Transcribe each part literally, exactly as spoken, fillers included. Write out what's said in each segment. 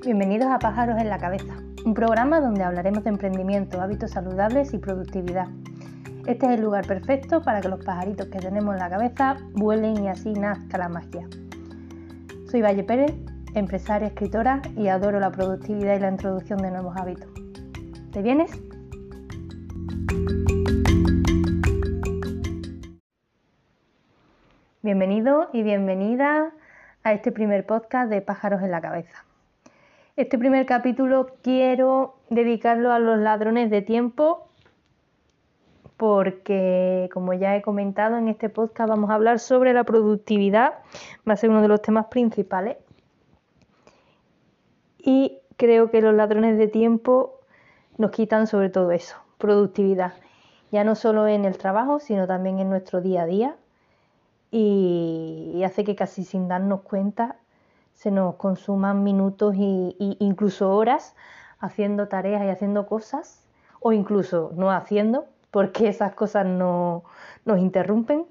Bienvenidos a Pájaros en la Cabeza, un programa donde hablaremos de emprendimiento, hábitos saludables y productividad. Este es el lugar perfecto para que los pajaritos que tenemos en la cabeza vuelen y así nazca la magia. Soy Valle Pérez, empresaria, escritora y adoro la productividad y la introducción de nuevos hábitos. ¿Te vienes? Bienvenido y bienvenida a este primer podcast de Pájaros en la Cabeza. Este primer capítulo quiero dedicarlo a los ladrones de tiempo porque, como ya he comentado en este podcast, vamos a hablar sobre la productividad, va a ser uno de los temas principales. Y creo que los ladrones de tiempo nos quitan sobre todo eso, productividad, ya no solo en el trabajo, sino también en nuestro día a día, y hace que casi sin darnos cuenta se nos consuman minutos e incluso horas haciendo tareas y haciendo cosas, o incluso no haciendo, porque esas cosas no, nos interrumpen.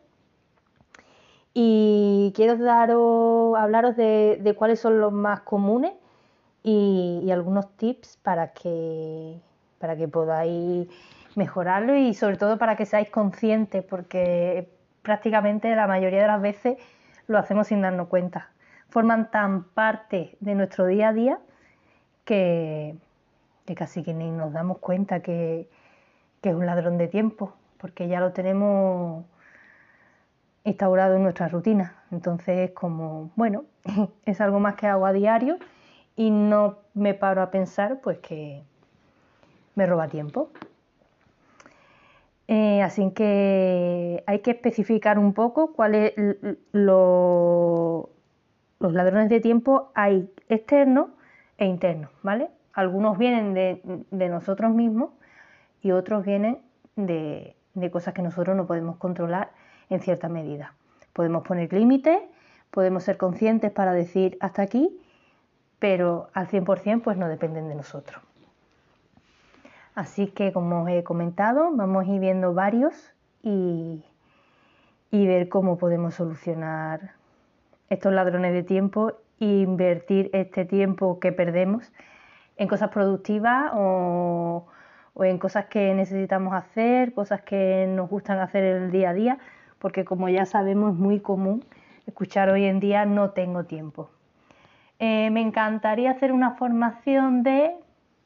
Y quiero daros, hablaros de, de cuáles son los más comunes y, y algunos tips para que, para que podáis mejorarlo y sobre todo para que seáis conscientes, porque prácticamente la mayoría de las veces lo hacemos sin darnos cuenta. Forman tan parte de nuestro día a día que, que casi que ni nos damos cuenta que, que es un ladrón de tiempo, porque ya lo tenemos instaurado en nuestra rutina. Entonces, como, bueno, es algo más que hago a diario y no me paro a pensar pues que me roba tiempo. Eh, así que hay que especificar un poco cuáles lo Los ladrones de tiempo hay externos e internos, ¿vale? Algunos vienen de, de nosotros mismos y otros vienen de, de cosas que nosotros no podemos controlar en cierta medida. Podemos poner límites, podemos ser conscientes para decir hasta aquí, pero al cien por ciento pues no dependen de nosotros. Así que, como os he comentado, vamos a ir viendo varios y, y ver cómo podemos solucionar estos ladrones de tiempo e invertir este tiempo que perdemos en cosas productivas o, o en cosas que necesitamos hacer, cosas que nos gustan hacer el día a día, porque como ya sabemos es muy común escuchar hoy en día no tengo tiempo. Eh, me encantaría hacer una formación de,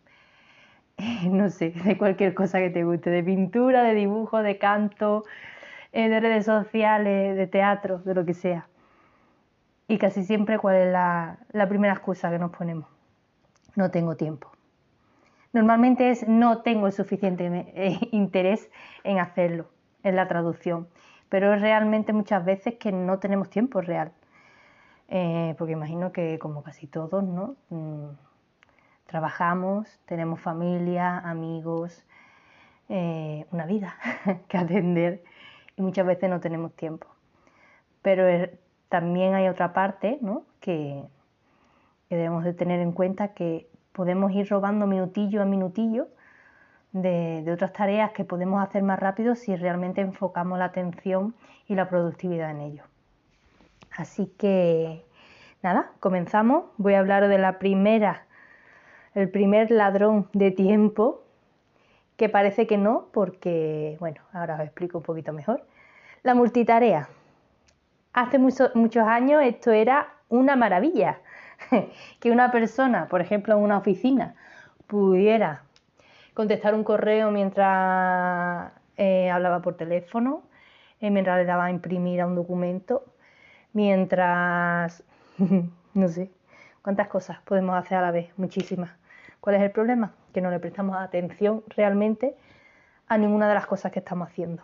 eh, no sé, de cualquier cosa que te guste, de pintura, de dibujo, de canto, eh, de redes sociales, de teatro, de lo que sea. Y casi siempre, ¿cuál es la, la primera excusa que nos ponemos? No tengo tiempo. Normalmente es no tengo el suficiente eh, interés en hacerlo, en la traducción. Pero es realmente muchas veces que no tenemos tiempo real. Eh, porque imagino que como casi todos, ¿no? Mm, trabajamos, tenemos familia, amigos, eh, una vida que atender y muchas veces no tenemos tiempo. Pero es, también hay otra parte, ¿no? que, que debemos de tener en cuenta, que podemos ir robando minutillo a minutillo de, de otras tareas que podemos hacer más rápido si realmente enfocamos la atención y la productividad en ello. Así que, nada, comenzamos. Voy a hablar de la primera, el primer ladrón de tiempo, que parece que no, porque, bueno, ahora os explico un poquito mejor. La multitarea. Hace mucho, muchos años esto era una maravilla, que una persona, por ejemplo en una oficina, pudiera contestar un correo mientras eh, hablaba por teléfono, eh, mientras le daba a imprimir a un documento, mientras, no sé, cuántas cosas podemos hacer a la vez, muchísimas. ¿Cuál es el problema? Que no le prestamos atención realmente a ninguna de las cosas que estamos haciendo.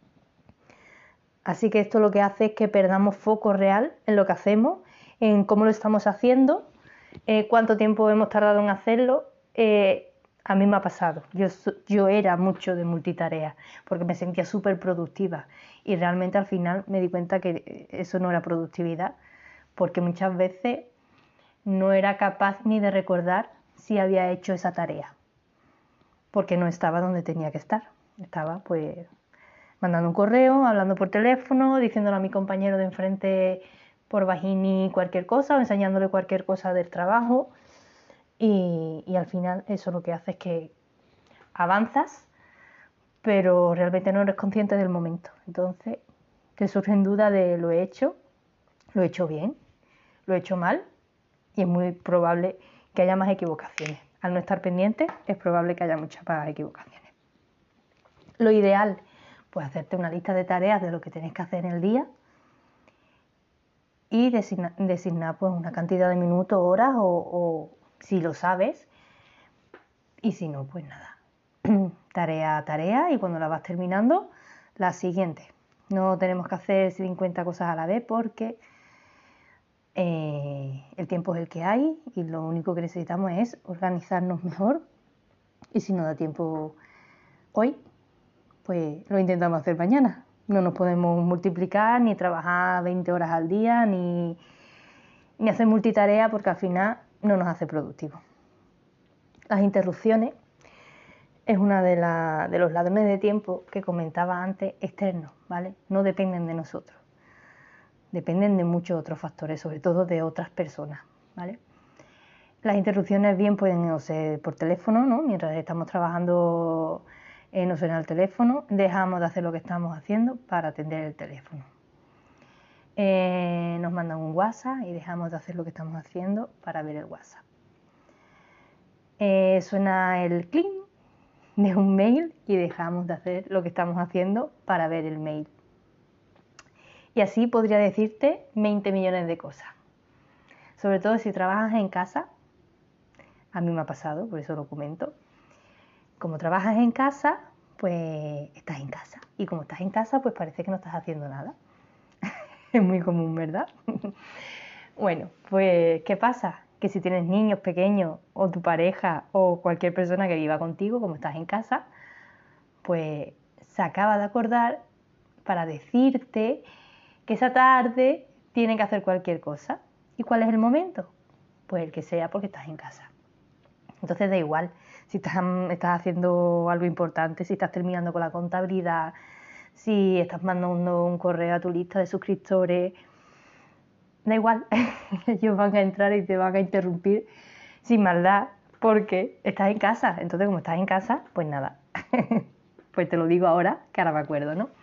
Así que esto lo que hace es que perdamos foco real en lo que hacemos, en cómo lo estamos haciendo, eh, cuánto tiempo hemos tardado en hacerlo. Eh, a mí me ha pasado, yo, yo era mucho de multitarea porque me sentía súper productiva y realmente al final me di cuenta que eso no era productividad, porque muchas veces no era capaz ni de recordar si había hecho esa tarea, porque no estaba donde tenía que estar, estaba pues mandando un correo, hablando por teléfono, diciéndole a mi compañero de enfrente por Bajini cualquier cosa o enseñándole cualquier cosa del trabajo y, y al final eso lo que hace es que avanzas, pero realmente no eres consciente del momento. Entonces te surgen dudas de lo he hecho, lo he hecho bien, lo he hecho mal, y es muy probable que haya más equivocaciones. Al no estar pendiente es probable que haya muchas más equivocaciones. Lo ideal, pues hacerte una lista de tareas de lo que tienes que hacer en el día y designar, designar pues una cantidad de minutos, horas o, o si lo sabes, y si no, pues nada. Tarea a tarea, y cuando la vas terminando, la siguiente. No tenemos que hacer cincuenta cosas a la vez porque eh, el tiempo es el que hay y lo único que necesitamos es organizarnos mejor, y si no da tiempo hoy, pues lo intentamos hacer mañana. No nos podemos multiplicar ni trabajar veinte horas al día ni, ni hacer multitarea, porque al final no nos hace productivos. Las interrupciones es una de, la, de los ladrones de tiempo que comentaba antes, externos, ¿vale? No dependen de nosotros, dependen de muchos otros factores, sobre todo de otras personas, ¿vale? Las interrupciones bien pueden ser por teléfono, ¿no? Mientras estamos trabajando eh, nos suena el teléfono, dejamos de hacer lo que estamos haciendo para atender el teléfono. Eh, nos mandan un WhatsApp y dejamos de hacer lo que estamos haciendo para ver el WhatsApp. Eh, suena el clink de un mail y dejamos de hacer lo que estamos haciendo para ver el mail. Y así podría decirte veinte millones de cosas. Sobre todo si trabajas en casa, a mí me ha pasado, por eso lo comento. Como trabajas en casa, pues estás en casa. Y como estás en casa, pues parece que no estás haciendo nada. Es muy común, ¿verdad? Bueno, pues ¿qué pasa? Que si tienes niños pequeños o tu pareja o cualquier persona que viva contigo, como estás en casa, pues se acaba de acordar para decirte que esa tarde tienen que hacer cualquier cosa. ¿Y cuál es el momento? Pues el que sea, porque estás en casa. Entonces da igual si estás, estás haciendo algo importante, si estás terminando con la contabilidad, si estás mandando un correo a tu lista de suscriptores, da igual, ellos van a entrar y te van a interrumpir sin maldad porque estás en casa. Entonces, como estás en casa, pues nada, pues te lo digo ahora, que ahora me acuerdo, ¿no?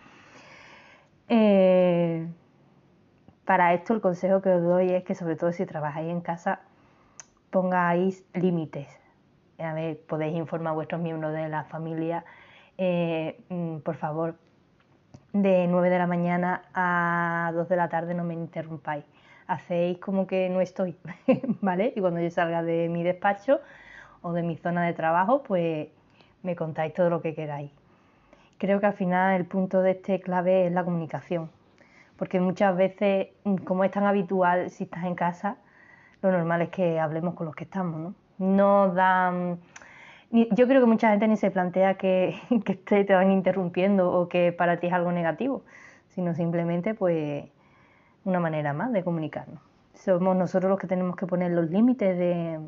Eh, para esto el consejo que os doy es que, sobre todo si trabajáis en casa, pongáis límites. A ver, podéis informar a vuestros miembros de la familia, eh, por favor, de nueve de la mañana a dos de la tarde no me interrumpáis. Hacéis como que no estoy, ¿vale? Y cuando yo salga de mi despacho o de mi zona de trabajo, pues me contáis todo lo que queráis. Creo que al final el punto de este clave es la comunicación, porque muchas veces, como es tan habitual si estás en casa, lo normal es que hablemos con los que estamos, ¿no? No dan... Yo creo que mucha gente ni se plantea que, que te, te van interrumpiendo o que para ti es algo negativo, sino simplemente pues una manera más de comunicarnos. Somos nosotros los que tenemos que poner los límites de,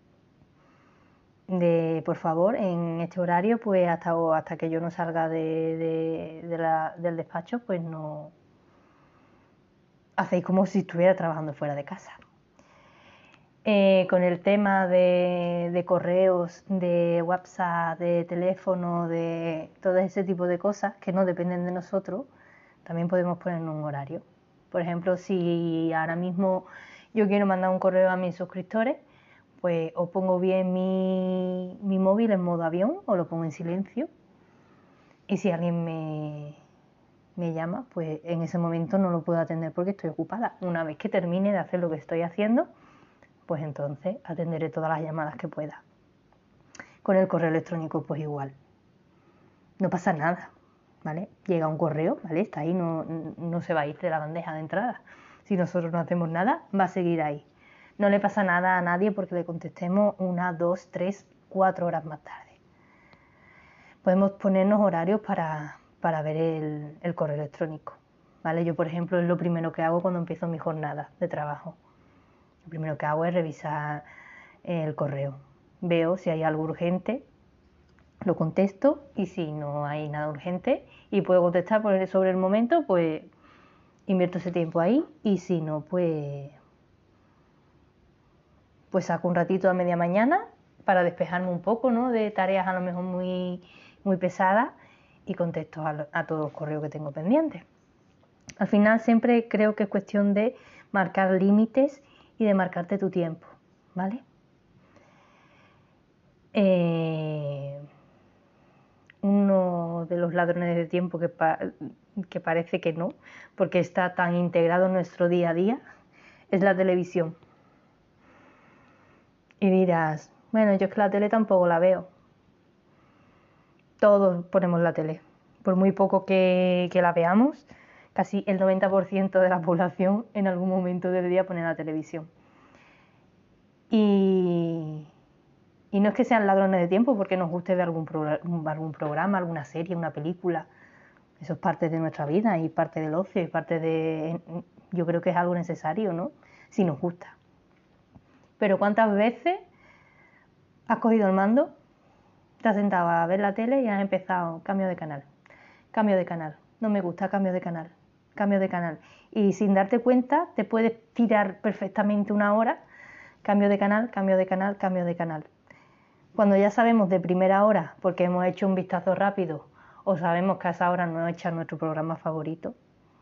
de por favor, en este horario, pues hasta, o hasta que yo no salga de, de, de la, del despacho, pues no hacéis como si estuviera trabajando fuera de casa. Eh, con el tema de, de correos, de WhatsApp, de teléfono, de todo ese tipo de cosas que no dependen de nosotros, también podemos poner un horario. Por ejemplo, si ahora mismo yo quiero mandar un correo a mis suscriptores, pues o pongo bien mi, mi móvil en modo avión o lo pongo en silencio. Y si alguien me, me llama, pues en ese momento no lo puedo atender porque estoy ocupada. Una vez que termine de hacer lo que estoy haciendo, pues entonces atenderé todas las llamadas que pueda. Con el correo electrónico pues igual. No pasa nada, ¿vale? Llega un correo, ¿vale? Está ahí, no, no se va a ir de la bandeja de entrada. Si nosotros no hacemos nada, va a seguir ahí. No le pasa nada a nadie porque le contestemos una, dos, tres, cuatro horas más tarde. Podemos ponernos horarios para, para ver el, el correo electrónico, ¿vale? Yo, por ejemplo, es lo primero que hago cuando empiezo mi jornada de trabajo. Lo primero que hago es revisar el correo. Veo si hay algo urgente, lo contesto, y si no hay nada urgente y puedo contestar sobre el momento, pues invierto ese tiempo ahí, y si no, pues, pues saco un ratito a media mañana para despejarme un poco, ¿no?, de tareas a lo mejor muy, muy pesadas, y contesto a, a todos los correos que tengo pendientes. Al final siempre creo que es cuestión de marcar límites y de marcarte tu tiempo, ¿vale? Eh, uno de los ladrones de tiempo que, pa que parece que no, porque está tan integrado en nuestro día a día, es la televisión. Y dirás, bueno, yo es que la tele tampoco la veo. Todos ponemos la tele, por muy poco que, que la veamos, casi el noventa por ciento de la población en algún momento del día pone la televisión. Y, y no es que sean ladrones de tiempo porque nos guste ver algún, pro, algún programa, alguna serie, una película. Eso es parte de nuestra vida y parte del ocio y parte de... Yo creo que es algo necesario, ¿no?, si nos gusta. Pero ¿cuántas veces has cogido el mando, te has sentado a ver la tele y has empezado cambio de canal, cambio de canal, no me gusta, cambio de canal, cambio de canal? Y sin darte cuenta te puedes tirar perfectamente una hora, cambio de canal, cambio de canal, cambio de canal. Cuando ya sabemos de primera hora, porque hemos hecho un vistazo rápido, o sabemos que a esa hora no echa nuestro programa favorito,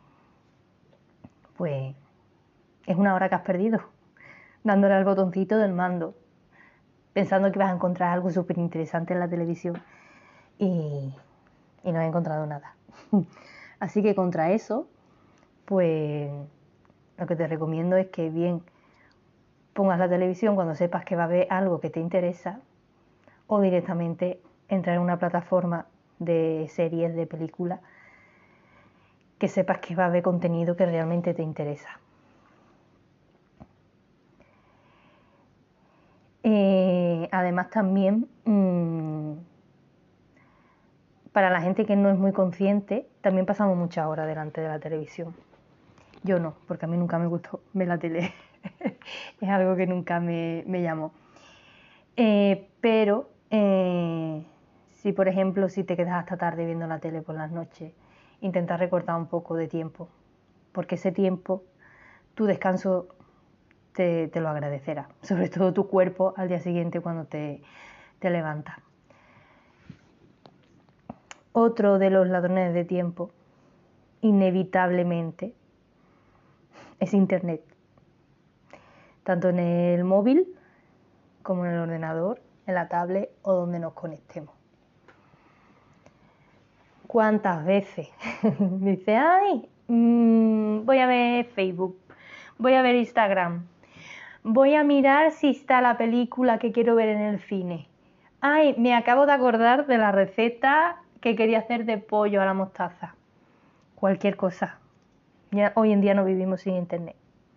pues es una hora que has perdido, dándole al botoncito del mando, pensando que vas a encontrar algo súper interesante en la televisión y, y no has encontrado nada. Así que contra eso, pues lo que te recomiendo es que bien pongas la televisión cuando sepas que va a haber algo que te interesa, o directamente entrar en una plataforma de series, de películas, que sepas que va a haber contenido que realmente te interesa. Eh, además también, mmm, para la gente que no es muy consciente, también pasamos muchas horas delante de la televisión. Yo no, porque a mí nunca me gustó ver la tele. Es algo que nunca me, me llamó. Eh, pero eh, si, por ejemplo, si te quedas hasta tarde viendo la tele por las noches, intenta recortar un poco de tiempo, porque ese tiempo, tu descanso te, te lo agradecerá, sobre todo tu cuerpo al día siguiente cuando te, te levantas. Otro de los ladrones de tiempo, inevitablemente, es Internet. Tanto en el móvil como en el ordenador, en la tablet o donde nos conectemos. ¿Cuántas veces dice, ay, mmm, voy a ver Facebook, voy a ver Instagram, voy a mirar si está la película que quiero ver en el cine? Ay, me acabo de acordar de la receta que quería hacer de pollo a la mostaza. Cualquier cosa. Ya hoy en día no vivimos sin Internet.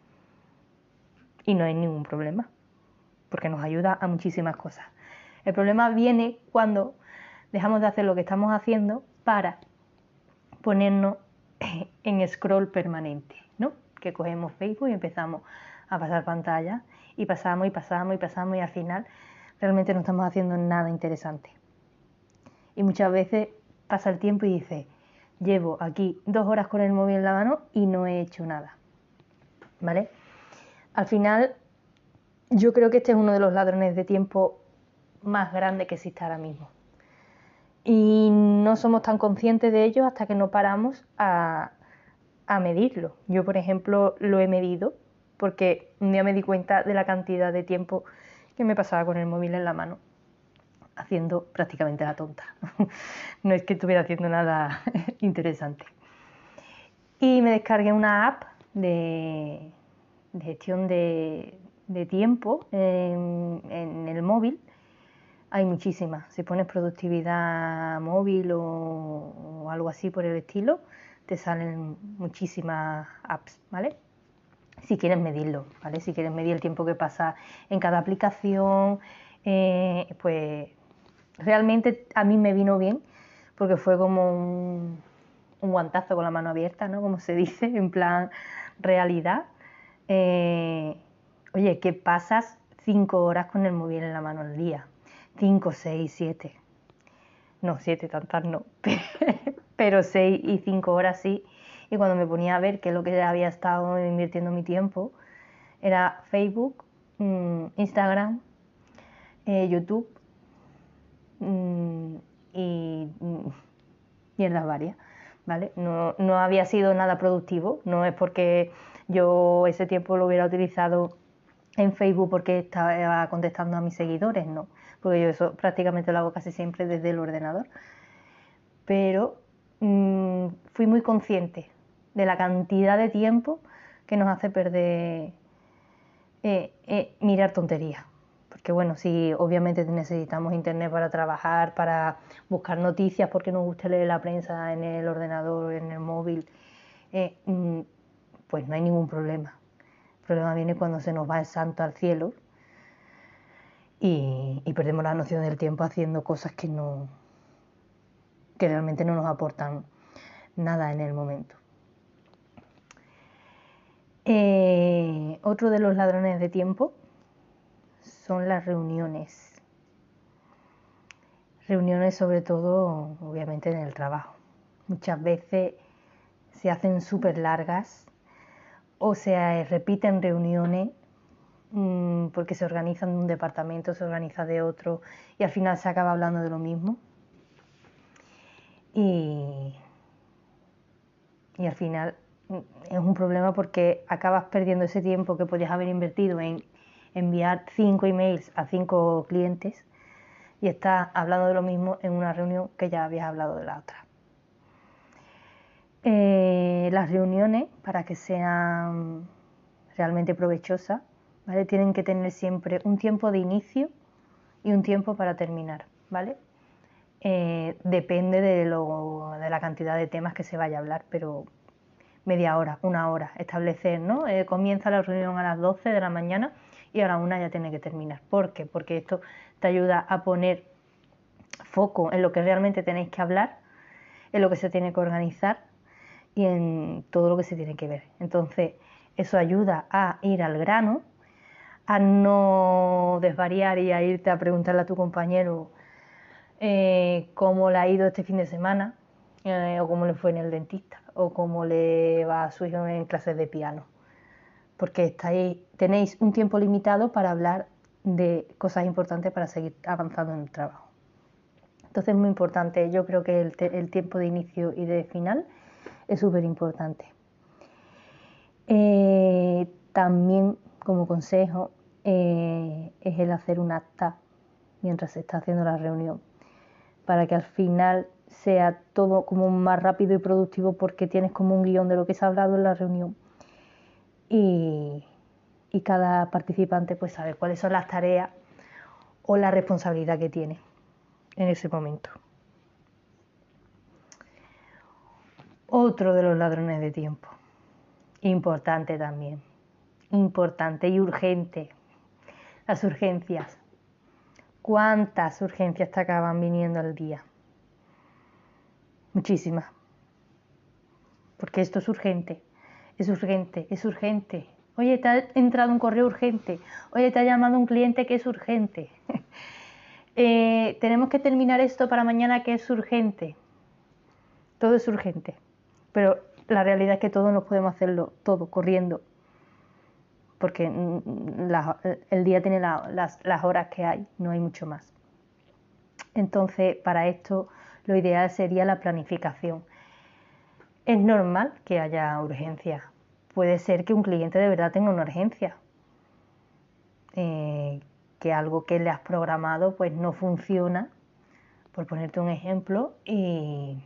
Y no hay ningún problema, porque nos ayuda a muchísimas cosas. El problema viene cuando dejamos de hacer lo que estamos haciendo para ponernos en scroll permanente, ¿no? Que cogemos Facebook y empezamos a pasar pantalla y pasamos y pasamos y pasamos y al final realmente no estamos haciendo nada interesante. Y muchas veces pasa el tiempo y dices, llevo aquí dos horas con el móvil en la mano y no he hecho nada, ¿vale? Al final, yo creo que este es uno de los ladrones de tiempo más grandes que existe ahora mismo. Y no somos tan conscientes de ello hasta que no paramos a, a medirlo. Yo, por ejemplo, lo he medido porque un día me di cuenta de la cantidad de tiempo que me pasaba con el móvil en la mano, haciendo prácticamente la tonta. No es que estuviera haciendo nada interesante. Y me descargué una app de, de gestión de, de tiempo en, en el móvil. Hay muchísimas. Si pones productividad móvil o, o algo así por el estilo, te salen muchísimas apps, ¿vale? Si quieres medirlo, ¿vale? Si quieres medir el tiempo que pasa en cada aplicación, eh, pues realmente a mí me vino bien porque fue como un, un guantazo con la mano abierta, ¿no? Como se dice, en plan realidad. Eh, oye, ¿qué pasas cinco horas con el móvil en la mano al día? Cinco, seis, siete. No, siete tantas no, pero seis y cinco horas sí. Y cuando me ponía a ver qué es lo que había estado invirtiendo mi tiempo, era Facebook, mmm, Instagram, eh, YouTube mmm, y mmm, mierdas varias, ¿vale? No, no había sido nada productivo, no es porque yo ese tiempo lo hubiera utilizado en Facebook porque estaba contestando a mis seguidores, no, porque yo eso prácticamente lo hago casi siempre desde el ordenador, pero mmm, fui muy consciente de la cantidad de tiempo que nos hace perder eh, eh, mirar tonterías. Porque bueno, sí, obviamente necesitamos internet para trabajar, para buscar noticias, porque nos gusta leer la prensa en el ordenador, en el móvil, eh, mm, pues no hay ningún problema. El problema viene cuando se nos va el santo al cielo y, y perdemos la noción del tiempo haciendo cosas que no, que realmente no nos aportan nada en el momento. Eh, otro de los ladrones de tiempo son las reuniones. Reuniones sobre todo, obviamente, en el trabajo. Muchas veces se hacen súper largas o se repiten reuniones mmm, porque se organizan de un departamento, se organiza de otro y al final se acaba hablando de lo mismo. Y, y al final es un problema porque acabas perdiendo ese tiempo que podías haber invertido en enviar cinco emails a cinco clientes y estás hablando de lo mismo en una reunión que ya habías hablado de la otra. Eh, las reuniones, para que sean realmente provechosas, ¿vale? Tienen que tener siempre un tiempo de inicio y un tiempo para terminar, ¿vale? Eh, depende de, lo, de la cantidad de temas que se vaya a hablar, pero media hora, una hora, establecer, ¿no? Eh, comienza la reunión a las doce de la mañana y a la una ya tiene que terminar. ¿Por qué? Porque esto te ayuda a poner foco en lo que realmente tenéis que hablar, en lo que se tiene que organizar y en todo lo que se tiene que ver. Entonces, eso ayuda a ir al grano, a no desvariar y a irte a preguntarle a tu compañero eh, cómo le ha ido este fin de semana, eh, o cómo le fue en el dentista, o cómo le va a su hijo en clases de piano. Porque estáis, tenéis un tiempo limitado para hablar de cosas importantes para seguir avanzando en el trabajo. Entonces es muy importante, yo creo que el, te, el tiempo de inicio y de final es súper importante. Eh, también, como consejo, eh, es el hacer un acta mientras se está haciendo la reunión, para que al final sea todo como más rápido y productivo porque tienes como un guión de lo que se ha hablado en la reunión y, y cada participante pues sabe cuáles son las tareas o la responsabilidad que tiene en ese momento. Otro de los ladrones de tiempo, importante también, importante y urgente, las urgencias. ¿Cuántas urgencias te acaban viniendo al día? Muchísimas. Porque esto es urgente, es urgente, es urgente. Oye, te ha entrado un correo urgente. Oye, te ha llamado un cliente que es urgente. eh, tenemos que terminar esto para mañana que es urgente. Todo es urgente. Pero la realidad es que todos nos podemos hacerlo, todo, corriendo. Porque la, el día tiene la, las, las horas que hay, no hay mucho más. Entonces, para esto, lo ideal sería la planificación. Es normal que haya urgencias. Puede ser que un cliente de verdad tenga una urgencia. Eh, que algo que le has programado pues no funciona, por ponerte un ejemplo, y,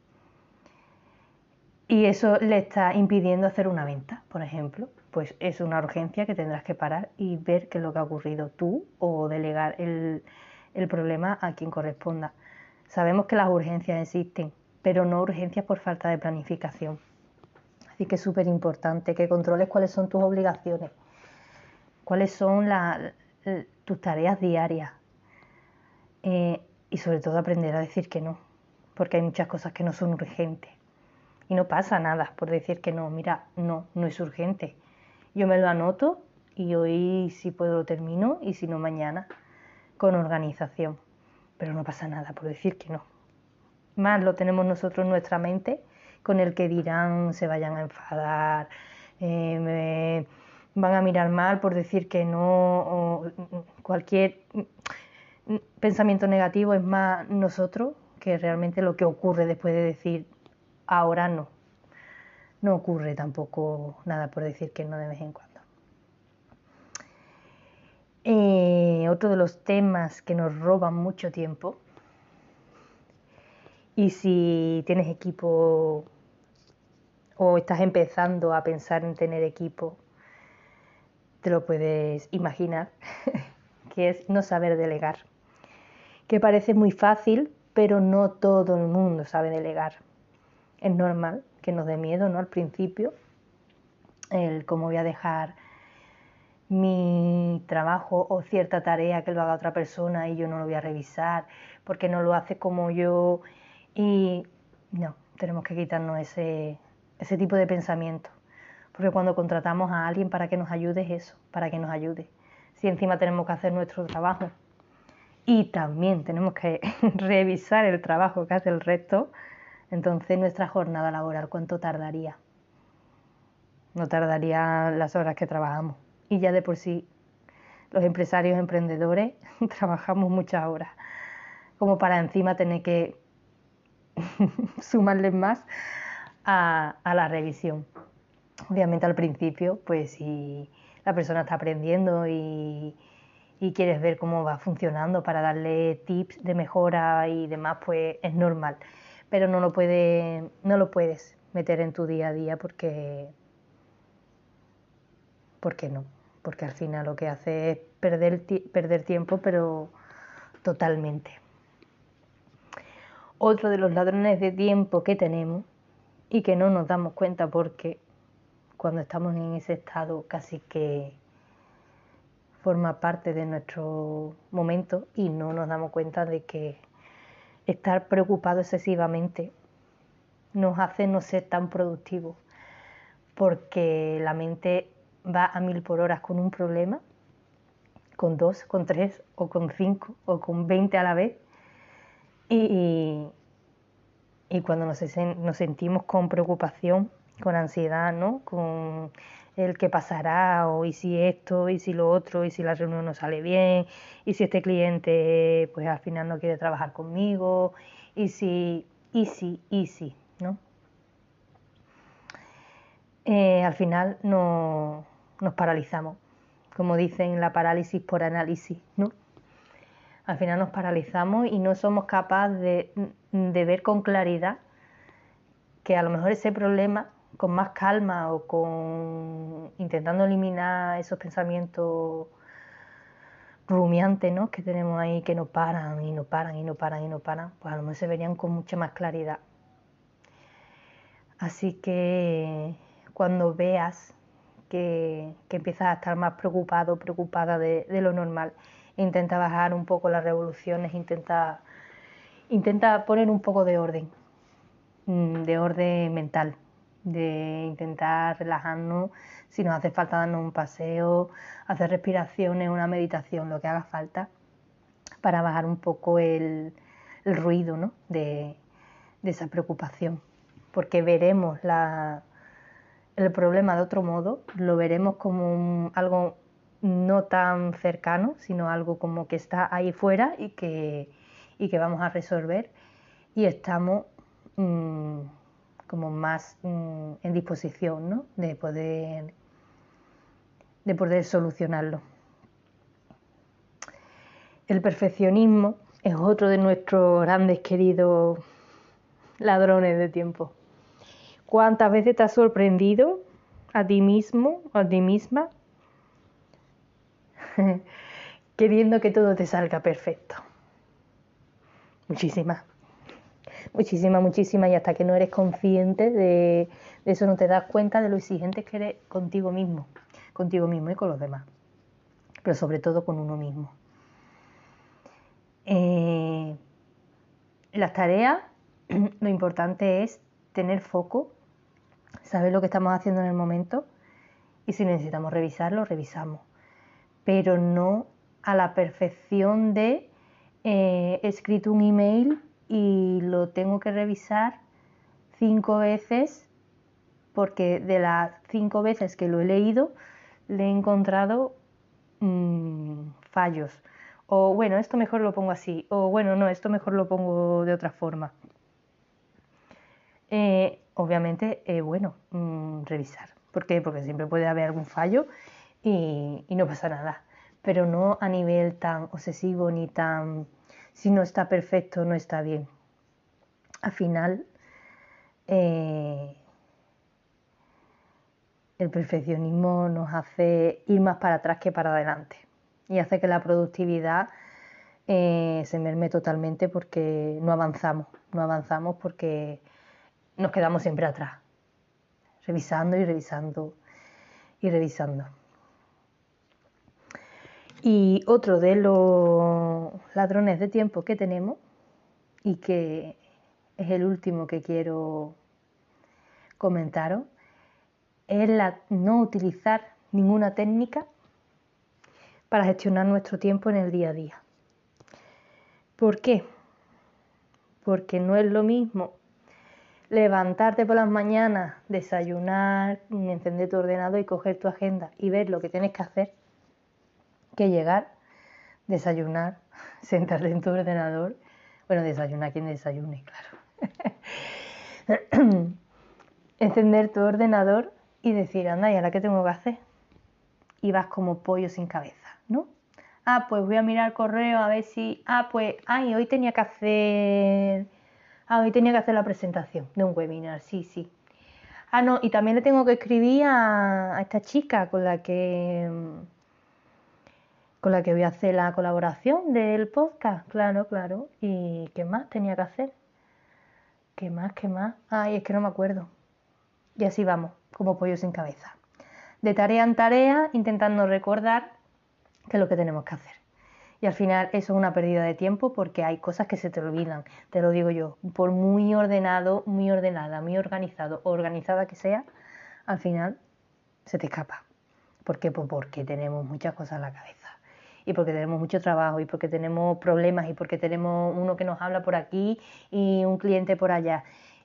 y eso le está impidiendo hacer una venta, por ejemplo. Pues es una urgencia que tendrás que parar y ver qué es lo que ha ocurrido tú o delegar el, el problema a quien corresponda. Sabemos que las urgencias existen, pero no urgencias por falta de planificación. Así que es súper importante que controles cuáles son tus obligaciones, cuáles son la, tus tareas diarias eh, y sobre todo aprender a decir que no, porque hay muchas cosas que no son urgentes y no pasa nada por decir que no, mira, no, no es urgente. Yo me lo anoto y hoy si puedo lo termino y si no mañana con organización, pero no pasa nada por decir que no. Más lo tenemos nosotros en nuestra mente con el que dirán, se vayan a enfadar, eh, van a mirar mal por decir que no, o cualquier pensamiento negativo, es más nosotros que realmente lo que ocurre después de decir ahora no. No ocurre tampoco nada por decir que no de vez en cuando. Eh, otro de los temas que nos roban mucho tiempo, y si tienes equipo o estás empezando a pensar en tener equipo, te lo puedes imaginar, que es no saber delegar, que parece muy fácil, pero no todo el mundo sabe delegar. Es normal que nos dé miedo, ¿no? Al principio, el cómo voy a dejar mi trabajo o cierta tarea que lo haga otra persona y yo no lo voy a revisar porque no lo hace como yo, y no, tenemos que quitarnos ese, ese tipo de pensamiento, porque cuando contratamos a alguien para que nos ayude es eso, para que nos ayude. Si encima tenemos que hacer nuestro trabajo y también tenemos que revisar el trabajo que hace el resto, entonces nuestra jornada laboral, ¿cuánto tardaría? No tardaría las horas que trabajamos. Y ya de por sí los empresarios emprendedores trabajamos muchas horas, como para encima tener que sumarles más a, a la revisión. Obviamente al principio, pues si la persona está aprendiendo y, y quieres ver cómo va funcionando para darle tips de mejora y demás, pues es normal. Pero no lo, puede, no lo puedes meter en tu día a día porque, porque no. Porque al final lo que hace es perder, perder tiempo, pero totalmente. Otro de los ladrones de tiempo que tenemos y que no nos damos cuenta porque cuando estamos en ese estado casi que forma parte de nuestro momento y no nos damos cuenta de que estar preocupado excesivamente nos hace no ser tan productivos, porque la mente va a mil por hora con un problema, con dos, con tres o con cinco o con veinte a la vez, y, y cuando nos, nos sentimos con preocupación, con ansiedad, ¿no? Con el qué pasará, o y si esto, y si lo otro, y si la reunión no sale bien, y si este cliente pues al final no quiere trabajar conmigo, y si, y si, y si, ¿no? Eh, al final no, nos paralizamos, como dicen, la parálisis por análisis, ¿no? Al final nos paralizamos y no somos capaces de, de ver con claridad que a lo mejor ese problema, con más calma o con intentando eliminar esos pensamientos rumiantes, ¿no?, que tenemos ahí, que no paran y no paran y no paran y no paran, pues a lo mejor se verían con mucha más claridad. Así que cuando veas que, que empiezas a estar más preocupado, preocupada de, de lo normal, intenta bajar un poco las revoluciones, intenta, intenta poner un poco de orden, de orden mental, de intentar relajarnos, si nos hace falta darnos un paseo, hacer respiraciones, una meditación, lo que haga falta, para bajar un poco el, el ruido, ¿no?, de, de esa preocupación, porque veremos la, el problema de otro modo, lo veremos como un, algo no tan cercano, sino algo como que está ahí fuera y que, y que vamos a resolver, y estamos mmm, como más mmm, en disposición, ¿no?, de poder, de poder solucionarlo. El perfeccionismo es otro de nuestros grandes queridos ladrones de tiempo. ¿Cuántas veces te has sorprendido a ti mismo o a ti misma queriendo que todo te salga perfecto? Muchísimas, muchísimas, muchísimas, y hasta que no eres consciente de, de eso no te das cuenta de lo exigente que eres contigo mismo, contigo mismo y con los demás, pero sobre todo con uno mismo. Eh, las tareas, lo importante es tener foco, saber lo que estamos haciendo en el momento, y si necesitamos revisarlo, revisamos, pero no a la perfección de eh, he escrito un email y lo tengo que revisar cinco veces, porque de las cinco veces que lo he leído, le he encontrado mmm, fallos. O bueno, esto mejor lo pongo así. O bueno, no, esto mejor lo pongo de otra forma. Eh, obviamente, eh, bueno, mmm, revisar. ¿Por qué? Porque siempre puede haber algún fallo y, y no pasa nada. Pero no a nivel tan obsesivo ni tan... Si no está perfecto, no está bien. Al final, eh, el perfeccionismo nos hace ir más para atrás que para adelante y hace que la productividad eh, se merme totalmente porque no avanzamos, no avanzamos porque nos quedamos siempre atrás, revisando y revisando y revisando. Y otro de los ladrones de tiempo que tenemos y que es el último que quiero comentaros es la no utilizar ninguna técnica para gestionar nuestro tiempo en el día a día. ¿Por qué? Porque no es lo mismo levantarte por las mañanas, desayunar, encender tu ordenador y coger tu agenda y ver lo que tienes que hacer, que llegar, desayunar, sentarte en tu ordenador, bueno, desayunar quien desayune, claro, encender tu ordenador y decir, anda, ¿y ahora qué tengo que hacer? Y vas como pollo sin cabeza, ¿no? Ah, pues voy a mirar el correo a ver si... Ah, pues, ay, hoy tenía que hacer... Ah, hoy tenía que hacer la presentación de un webinar, sí, sí. Ah, no, y también le tengo que escribir a, a esta chica con la que... con la que voy a hacer la colaboración del podcast, claro, claro. ¿Y qué más tenía que hacer? ¿Qué más, qué más? Ay, es que no me acuerdo. Y así vamos, como pollo sin cabeza. De tarea en tarea, intentando recordar qué es lo que tenemos que hacer. Y al final eso es una pérdida de tiempo porque hay cosas que se te olvidan, te lo digo yo. Por muy ordenado, muy ordenada, muy organizado o organizada que sea, al final se te escapa. ¿Por qué? Pues porque tenemos muchas cosas en la cabeza. Y porque tenemos mucho trabajo, y porque tenemos problemas, y porque tenemos uno que nos habla por aquí y un cliente por allá.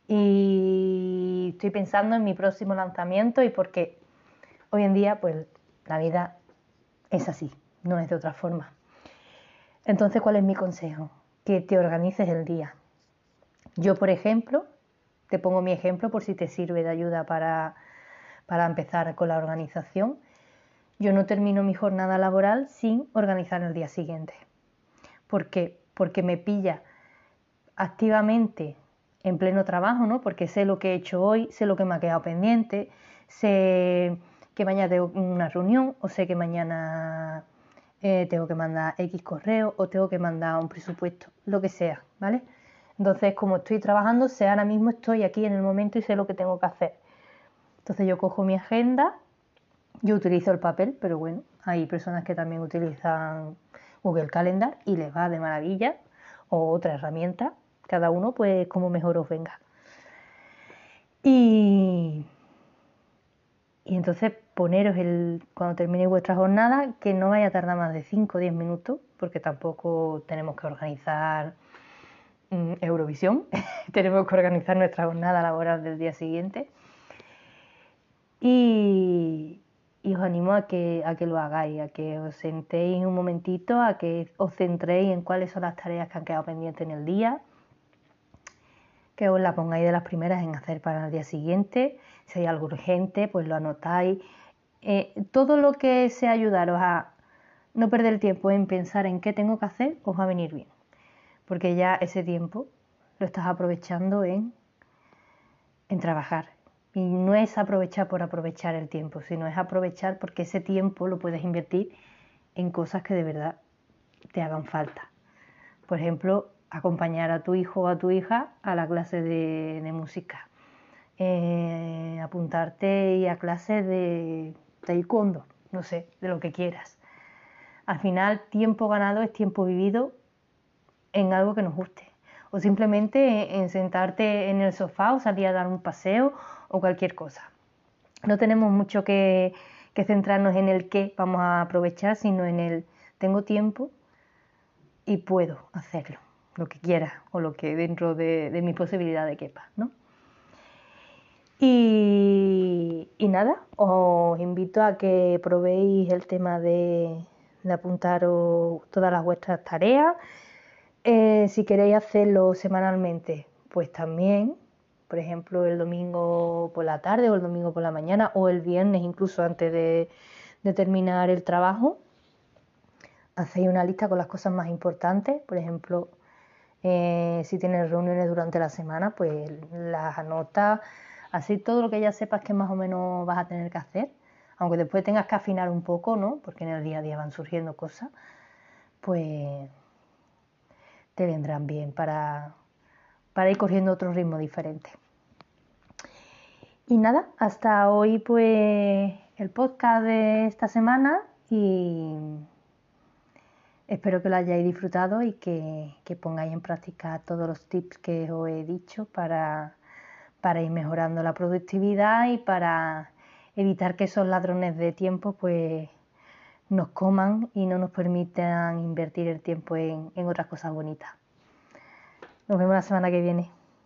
Y estoy pensando en mi próximo lanzamiento y porque hoy en día, pues, la vida es así, no es de otra forma. Entonces, ¿cuál es mi consejo? Que te organices el día. Yo, por ejemplo, te pongo mi ejemplo por si te sirve de ayuda para, para empezar con la organización. Yo no termino mi jornada laboral sin organizar el día siguiente. ¿Por qué? Porque me pilla activamente en pleno trabajo, ¿no? Porque sé lo que he hecho hoy, sé lo que me ha quedado pendiente, sé que mañana tengo una reunión o sé que mañana eh, tengo que mandar X correo o tengo que mandar un presupuesto, lo que sea, ¿vale? Entonces, como estoy trabajando, sé ahora mismo estoy aquí en el momento y sé lo que tengo que hacer. Entonces yo cojo mi agenda, yo utilizo el papel, pero bueno, hay personas que también utilizan Google Calendar y les va de maravilla, o otra herramienta, cada uno pues como mejor os venga. Y, y entonces poneros el, cuando termine vuestra jornada, que no vaya a tardar más de cinco o diez minutos, porque tampoco tenemos que organizar mm, Eurovisión, tenemos que organizar nuestra jornada laboral del día siguiente. Y, y os animo a que, a que lo hagáis, a que os sentéis un momentito, a que os centréis en cuáles son las tareas que han quedado pendientes en el día, que os la pongáis de las primeras en hacer para el día siguiente. Si hay algo urgente, pues lo anotáis. Eh, todo lo que sea ayudaros a no perder el tiempo en pensar en qué tengo que hacer, os va a venir bien. Porque ya ese tiempo lo estás aprovechando en, en trabajar. Y no es aprovechar por aprovechar el tiempo, sino es aprovechar porque ese tiempo lo puedes invertir en cosas que de verdad te hagan falta. Por ejemplo, acompañar a tu hijo o a tu hija a la clase de, de música. Eh, apuntarte a clases de taekwondo, no sé, de lo que quieras. Al final, tiempo ganado es tiempo vivido en algo que nos guste. O simplemente en sentarte en el sofá o salir a dar un paseo o cualquier cosa. No tenemos mucho que, que centrarnos en el qué vamos a aprovechar, sino en el tengo tiempo y puedo hacerlo, lo que quiera o lo que dentro de, de mi posibilidad de quepa, ¿no? Y, Y, y nada, os invito a que probéis el tema de, de apuntaros todas las vuestras tareas. Eh, si queréis hacerlo semanalmente, pues también, por ejemplo, el domingo por la tarde o el domingo por la mañana o el viernes incluso antes de, de terminar el trabajo, hacéis una lista con las cosas más importantes. Por ejemplo, eh, si tienes reuniones durante la semana, pues las anotas, así todo lo que ya sepas que más o menos vas a tener que hacer, aunque después tengas que afinar un poco, ¿no? Porque en el día a día van surgiendo cosas, pues te vendrán bien para, para ir corriendo otro ritmo diferente. Y nada, hasta hoy pues el podcast de esta semana y espero que lo hayáis disfrutado y que, que pongáis en práctica todos los tips que os he dicho para, para ir mejorando la productividad y para evitar que esos ladrones de tiempo pues nos coman y no nos permitan invertir el tiempo en, en otras cosas bonitas. Nos vemos la semana que viene.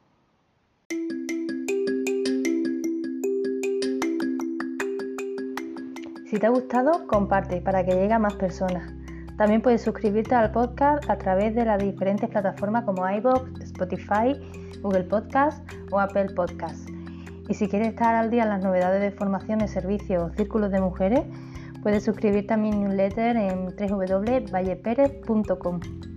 Si te ha gustado, comparte para que llegue a más personas. También puedes suscribirte al podcast a través de las diferentes plataformas como iVoox, Spotify, Google Podcast o Apple Podcast. Y si quieres estar al día en las novedades de formaciones, servicios o círculos de mujeres, puedes suscribirte a mi newsletter en doble u doble u doble u punto valle perez punto com.